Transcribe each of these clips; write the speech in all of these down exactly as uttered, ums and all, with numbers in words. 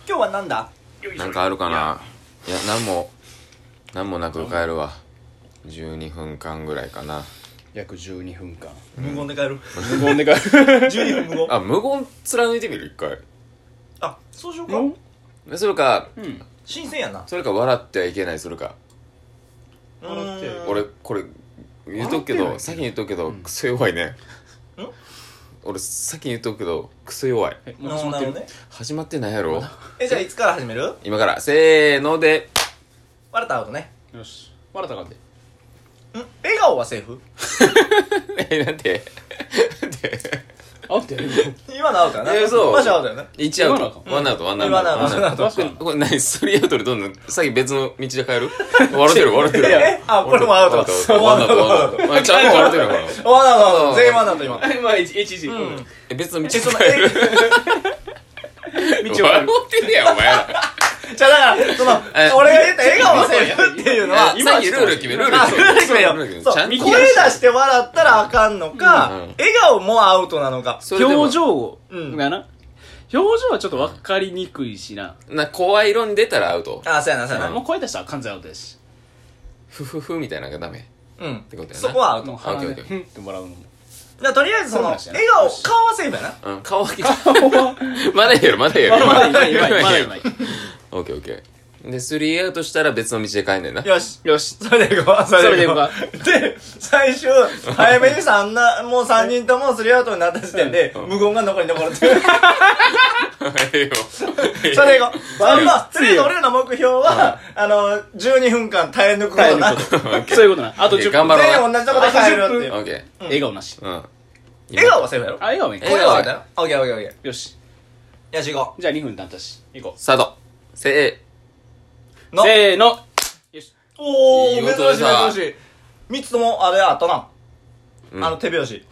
今日はなんだ。 なんかあるかな。いや、なんもなんもなく帰るわ。じゅうにふんかんぐらいかな。 約じゅうにふんかん無言で帰る。 無言で帰るじゅうにふん無言。 あ、無言貫いてみる一回。 あ、そうしようか。 それか、 うん。 新鮮やな。 それか笑ってはいけないするか。 うーん俺これ言うとくけど、先に言っとくけど、クソ弱いね。 ん俺先に言っとくけどクソ弱い。 え、もう始まってるね。 始まってないやろ。 え、じゃあいつから始める？ 今からせーので。 笑ったアウトね。 よし。笑ったかんで。 ん笑顔はセーフ？ え、なんてなんてあってやる今のアウトやな。 えーそうマジアウトやな。 いちアウト、 うんワンアウトワンアウトワンアウトワンアウトワンアウトこれ何スリーアウトでどんどんさっき別の道で帰る笑ってる笑ってるえあこれもアウトワンアウトワンアウトあちゃんと笑ってるよこれワンアウト、全員ワンアウト今。 まあ、いちいち。 うんえ別の道でえ、その、 帰るえ、 道を笑ってるやんお前らじゃあだから、その、 え俺が言った笑顔はセーフっていうのは、 今さっきルール決めルールあ決めルール決めよルール決めそう、 ちゃんと声出して笑ったらあかんのか、 うん笑顔もアウトなのか。 それでも表情うんがな。表情はちょっと分かりにくいしな。 な声色に出たらアウトあ、そうやな、そうやな。 もう声出したら完全アウトだし。 フフフみたいなのがダメうんてことやな。 そこはアウト。 もう鼻でオッケーオッケふんってもらうのも。 じゃあとりあえずその、笑そうなんですよね顔、顔はセーフやな。 うん顔はまだやるまだやるまだいない、まだいない。 オッケーオッケーでスリーアウトしたら別の道で帰んねんなよし。 よし。 それでいこう。それでいこうかで、最終、早めに三な、もう三人ともスリーアウトになった時点で、無言が残り残るっていう。 ええよそれでいこう。そんな、とりあえず俺らの目標は、あの、じゅうにふんかん耐え抜くことな。 そういうことな。あとじゅっぷん。 頑張ろう全員同じとこで帰るっていう。 オッケー笑顔なし。 うん笑顔はセーフやろ？ あ、笑顔いい。 笑顔やったよ。オッケーオッケーオッケよし。 ー。よし行こじゃあにふん経ったし。行こスタートせう。のう。せーの。よし。 おー、 いい珍しい音でさ珍しい。三つとも、あれあったな。 うんあの手拍子。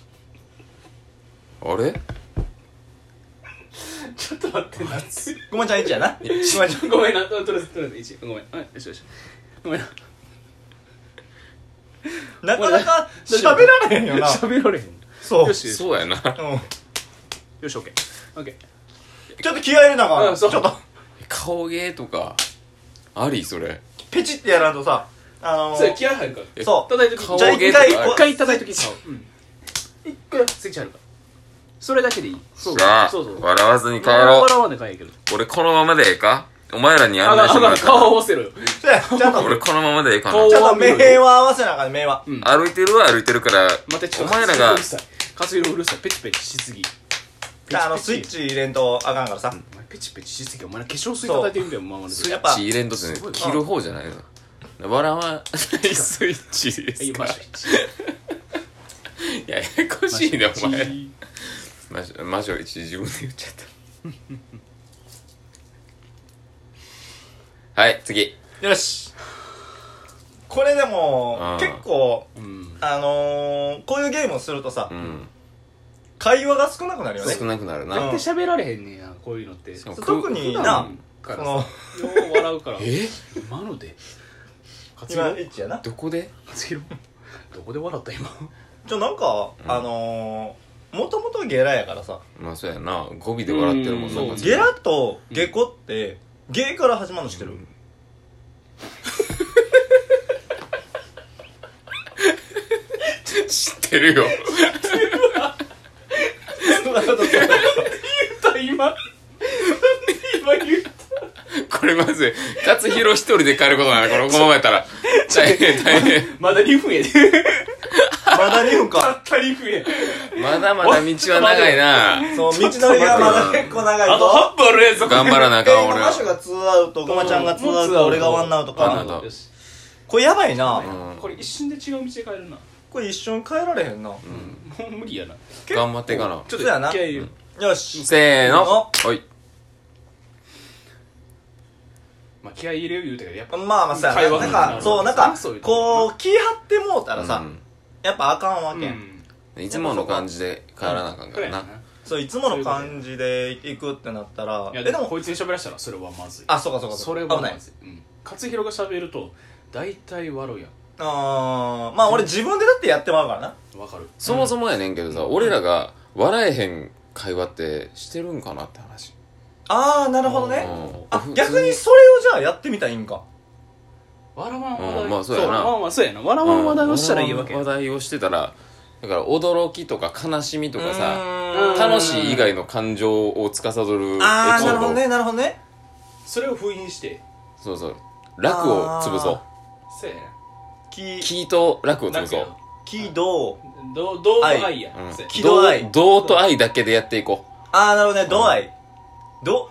ーあれちょっと待ってな。 ごめんちゃんいちやな。ごめんちゃん。 ごめんな。とりあえず、とりあえずいち。ごめん。うんよしよし。ごめんな。 なかなか喋られへんよな。 喋られへん。 そう。 よしよし。 そうやなうん。 よし、オッケー。オッケちょっと気合い入れなあかん。 うんそうちょっと、 顔芸とかありそれペチってやらんとさ、あのー。それー、 気合入るから。 えそう。 叩いとき。 顔じゃあ芸とか一回こう一回叩いとき顔。うん。一回スイッチあるから。それだけでいい。そうさあそうそう。 笑わずに帰ろ笑わんで帰えけど。 う俺このままでええかお前らにあが、 案内してもらったあが、顔合わせろよ。 そうや、ちゃんと、 俺このままでええかな顔ちゃんと目は合わせなあかんね、目は。 うん歩いてるは歩いてるから待って、ちょっと。 お前らがうるさい。活用うるさい。ペチペチしすぎ。 じゃあ、あの、スイッチ入れんとあかんからさ。 お前ペチペチしすぎ。お前化粧水叩いてるみたいなままで。 スイやっぱッチ入れんとってねすごい切る方じゃないの笑わないスイッチでいや、 すかマジややこしいねお前ママジマジョリティ自分で言っちゃったはい次よし。これでもうん、 結構、 うん。 あのー、こういうゲームをするとさう、ん会話が少なくなるよね。 少なくなるうんな絶対喋られへんねんや、こういうのって。 しかも特にな、 からさ、 その、 よう笑うから。 え今ので勝今、 弘エッチやな。 どこで勝弘どこで笑った今。 ちょ、なんか、 うんあのー、もともとゲラやからさ、 まあそうやな語尾で笑ってるもんうんそう、 なんかゲラとゲコって、ゲから始まるの知ってる？ 知ってるよそんなことそう言った今。今言った。 これまず勝弘一人で帰ることなのこのこのままやったら大変大変まだにふんやで。 まだにふんたか。 ったにふんや。 まだまだ道は長いなそう、道のりがまだ結構長いあとぞ。 はっぷんあるやつ。 頑張らなあかん俺今マシュがツーアウト、ゴマちゃんがツーアウト、俺がワンアウトか。 ワンアウトよし。 これやばいな。 うんこれ一瞬で違う道で帰るな。 これ一瞬変えられへんな。 もう無理やな。 頑張っていかなちょっそうやな気合い入れようよし。 せーのはいまあ気合い入れよう言うたけど、やっぱ。 まあまあ、そうやな。 会話になるなんか、そう、なんかそういう、のこう、気張ってもうたらさう、んやっぱあかんわけ。 うん。 いつもの感じで帰らなあかんからなそうやな。 そう、いつもの感じで行くってなったら、 いや、 え、でも、 でもこいつに喋らしたらそれはまずい。 あ、そうかそうかそれうか。危ないはま。ずい。うん。勝弘が喋ると、大体笑うやん。 あー、まあ俺自分でだってやってまうからな。 わかる。 そもそもやねんけどさ俺らが笑えへん会話ってしてるんかなって話ああなるほどね。 うんあ逆にそれをじゃあやってみたらいいんか。 笑わん話題、 うんまあそうやなまあまあそうやな笑わん話題をしたらいいわけや、 話題をしてたらだから驚きとか悲しみとかさうーん楽しい以外の感情を司るエピソああなるードほどねなるほどね。 それを封印してそうそう楽を潰そそうやなきう気と楽を潰そう喜怒どうどう愛愛や、 うんそうや喜怒愛道と愛だけでやっていこああなるほどね度合いど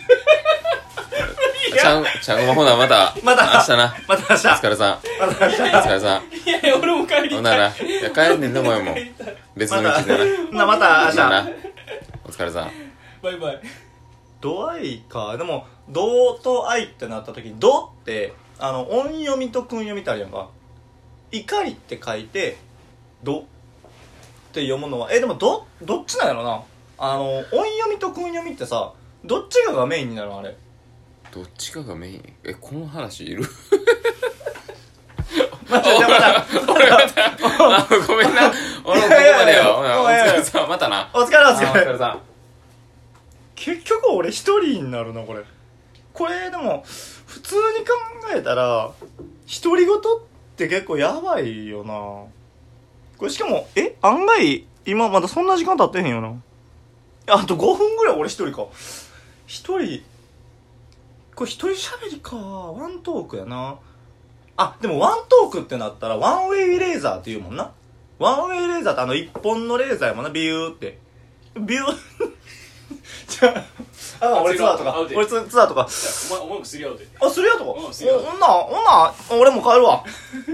うちゃんちゃんごまほなまたまた明日なまた明日お疲れさんまた明日お疲れさんいやいや俺も帰りたいほんならいや帰んねんでもよもう別の道でななまた明日なお疲れさんバイバイ度合いか。でも度と愛ってなった時に度ってあの音読みと訓読みってあるやんか。怒りって書いて度って読むのはえでもどどっちなんやろな。あの音読みと訓読みってさどっちかがメインになるのあれ。 どっちかがメインえこの話いるまたじゃあまた俺またあごめんな俺もここまでよお疲れさんまたなお疲れおあお疲れ。 疲れさん結局俺一人になるなこれ。これでも普通に考えたら独り言って結構やばいよな。これしかもえ案外今まだそんな時間経ってへんよな。あとごふんぐらい俺一人か。一人これ一人喋りか。ワントークやな。あでもワントークってなったらワンウェイレーザーって言うもんな。ワンウェイレーザーってあの一本のレーザーやもんな。ビューってビューじゃああ俺ツアーとか俺ツツアーとかお前お前もすり合うであするよとかうんするよお女女俺も帰るわ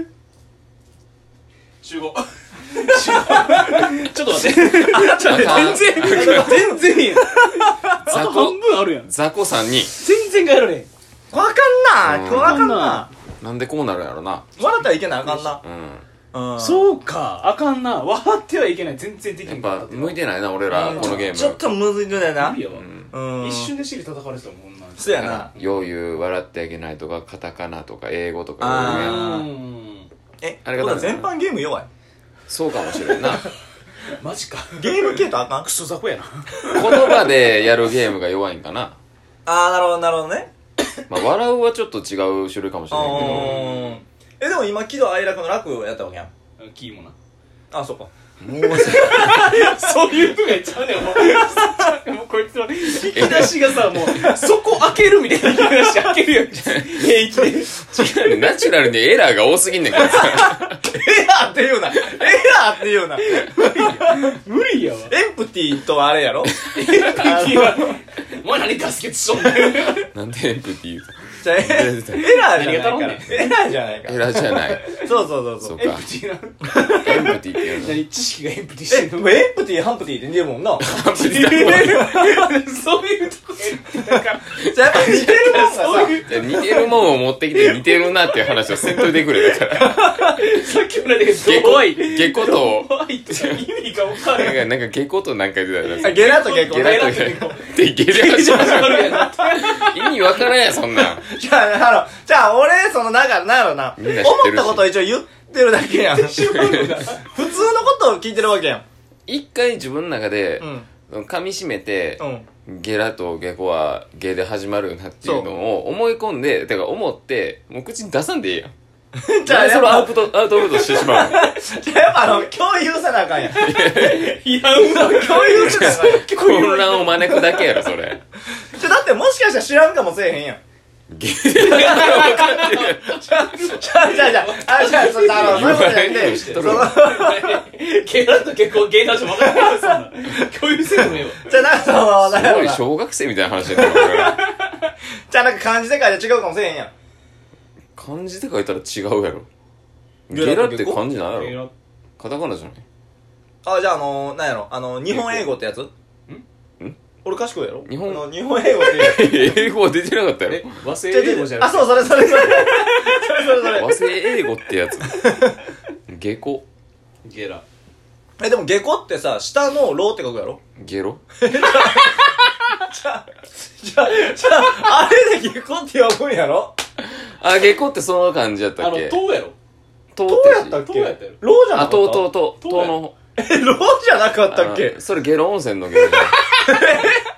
集合集合ちょっと待ってちょっと待って全然全然いいやんあ雑と半魚分あるやん雑魚さんに全然帰られへんわかんなうんこれわかんななんでこうなるんやろな笑ったらいけないあかんなうんうんそうかあかんな笑ってはいけない全然できやっんかぱ向いてないな俺らうんこのゲームちょっとむずいんだよな無理やわうんうん一瞬で尻叩かれてたもんなそうやなよう言う笑ってはいけないとかカタカナとか英語とかあー言うやんうんえあれがダメこれ全般ゲーム弱いそうかもしれんなマジかゲーム系とあかんクソ雑魚やな言葉でやるゲームが弱いんかなああなるほどなるほどねまあ笑うはちょっと違う種類かもしれあないけどーえでも今喜怒哀楽の楽やったわけやんキーもなあそうかもうそういうふうが言っちゃうねんもうもうこいつは引き出しがさもうそこ開けるみたいな引き出し開けるやん平気で違うねナチュラルにエラーが多すぎんねんこいつエラーって言うなエラーって言うな無理やわエンプティとあれやろお前何ガスケツしとんねんなんでエンプティーじゃあエエラーじゃないからエラーじゃないからエラーじゃないそうそうそうそうそうかエンプティーなエンプティーっていうの何知識がエンプティーえしてんのエンプティハンプティって似てるもんなそういうとこだからじゃあやっぱ似てるもんがさそういういや似てるもんを持ってきて似てるなっていう話をせんといてくれだからさっきのね下怖い戸下戸と怖いって意味が分かるなんかなんか下戸となんか言ってたよあゲラとゲコゲラとゲラとでゲラ始まるやな意味わからんやんそんなんじゃあ、あの、じゃあ俺、その、なんか、なんやろな、 みんな知ってるし思ったことを一応言ってるだけやん。普通のことを聞いてるわけやん。 一回自分の中でうん。 噛み締めてうん。 ゲラとゲコはゲで始まるよなっていうのを思い込んでてか思ってもう口に出さんでいいやんじゃあ、 それをやっぱ、 アウトアウトプットしてしまうじゃあやっぱあの、共有せなあかんやん。 いらんわ共有せなあかんやん。 混乱を招くだけやろそれじゃあだってもしかしたら知らんかもせえへんやん。 ゲじゃあ、じゃあ、じゃあ、じゃあ、あ、じゃあ、その、あの、そういうことじゃなくて、その、 ゲラと結構ゲイなし分かんないそんな共有せんでもええわじゃあなんかその、なんすごいやろな小学生みたいな話やった俺らじゃあなんか漢字で書いて違うかもせえへんやん。 漢字で書いたら違うやろゲラゲラってとゲコ漢字なんやゲラろカタカナじゃないあ、じゃああの、なんやろ、あの、日本英語ってやつん俺賢いやろ日本あの、日本英語っていう。 英語は出てなかったやえろ和製英語じゃなあ、 くてそう、それ、それ、それ。それ、それ、それ。 和製英語ってやつゲコゲラえ、でも、下戸ってさ、下のローって書くやろゲロじゃあ、じゃあ、じゃあ、あれで下戸って呼ぶんやろあゲコってその感じやったあのっけ塔やろトどうやったっけどうやったよローじゃなあかったとうとうとう塔やとうのえ、ローじゃなかったっけあそれゲロ温泉のゲロじゃんえ、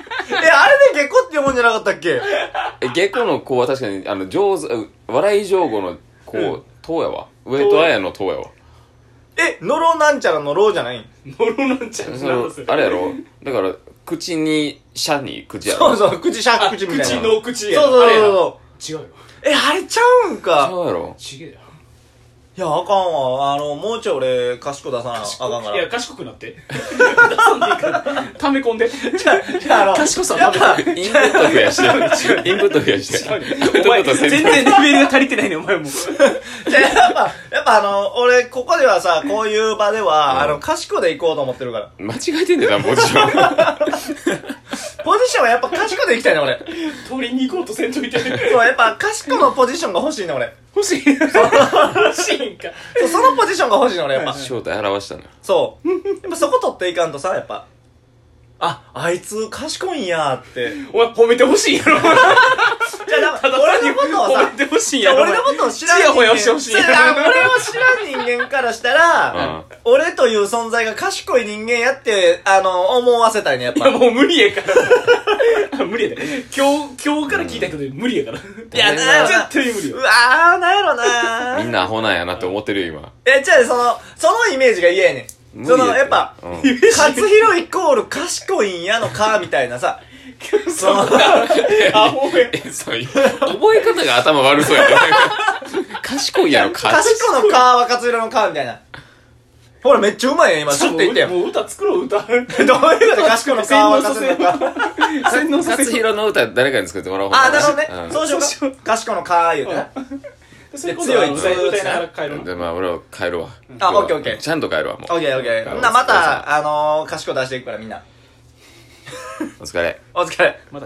あれで下戸って読むんじゃなかったっけ？ え下戸の子は確かにあの上手笑い上戸の子、うん、とやわ上戸彩のとやわえのろなんちゃらのろじゃないん？ のろなんちゃらのあれやろだから口にシャに口やろそうそう口シャ口みたいな口の口やそうそうそうそう違うよえあれちゃうんか違うやろ違えよいやあかんわあのもうちょい俺賢出さなあかんからいや賢くなって出さんでいいから溜め込んでじゃあじゃああの賢さ溜め込んでインプット増やしてインプット増やしてお前全然レベルが足りてないねお前もじゃあやっぱやっぱあの俺ここではさこういう場では、うん、あの賢で行こうと思ってるから間違えてんだよなポジションポジションはやっぱ賢で行きたいね俺取りに行こうとせんといてそうやっぱ賢のポジションが欲しいね俺欲しい欲しいんかそうそのポジションが欲しいの俺やっぱ正体表したのそうやっぱそこ取っていかんとさやっぱああいつ賢いんやってお前褒めてほしいんやろじゃあただ俺のことをさ褒めてほしいんやろ俺のことを知らん人間ちやほやしてほしいんやろ俺を知らん人間からしたら、うん、俺という存在が賢い人間やってあの思わせたいねやっぱいやもう無理やから無理やで今日今日から聞いた人で無理やから、うん、 いやな絶対無理ようわーなんやろなみんなアホなんやなって思ってるよ今えじゃあそのそのイメージが嫌やねんそのやっぱ、うん、勝弘イコール賢いんやのかみたいなさそのアホやそう覚え方が頭悪そうやね賢いんやのか賢のかは勝弘のかみたいなほらめっちゃうまいやん今ちょっと言ってよもう歌作ろう歌どういうこと賢のかは勝弘のか勝弘の歌誰かに作ってもらおうあなるほどね、うん、そうしようか賢のか言うてなで強い歌いながら帰るでまあ俺は帰るわあオッケーオッケーちゃんと帰るわもうオッケーオッケーなまたあのー賢出していくからみんなお疲れお疲れまた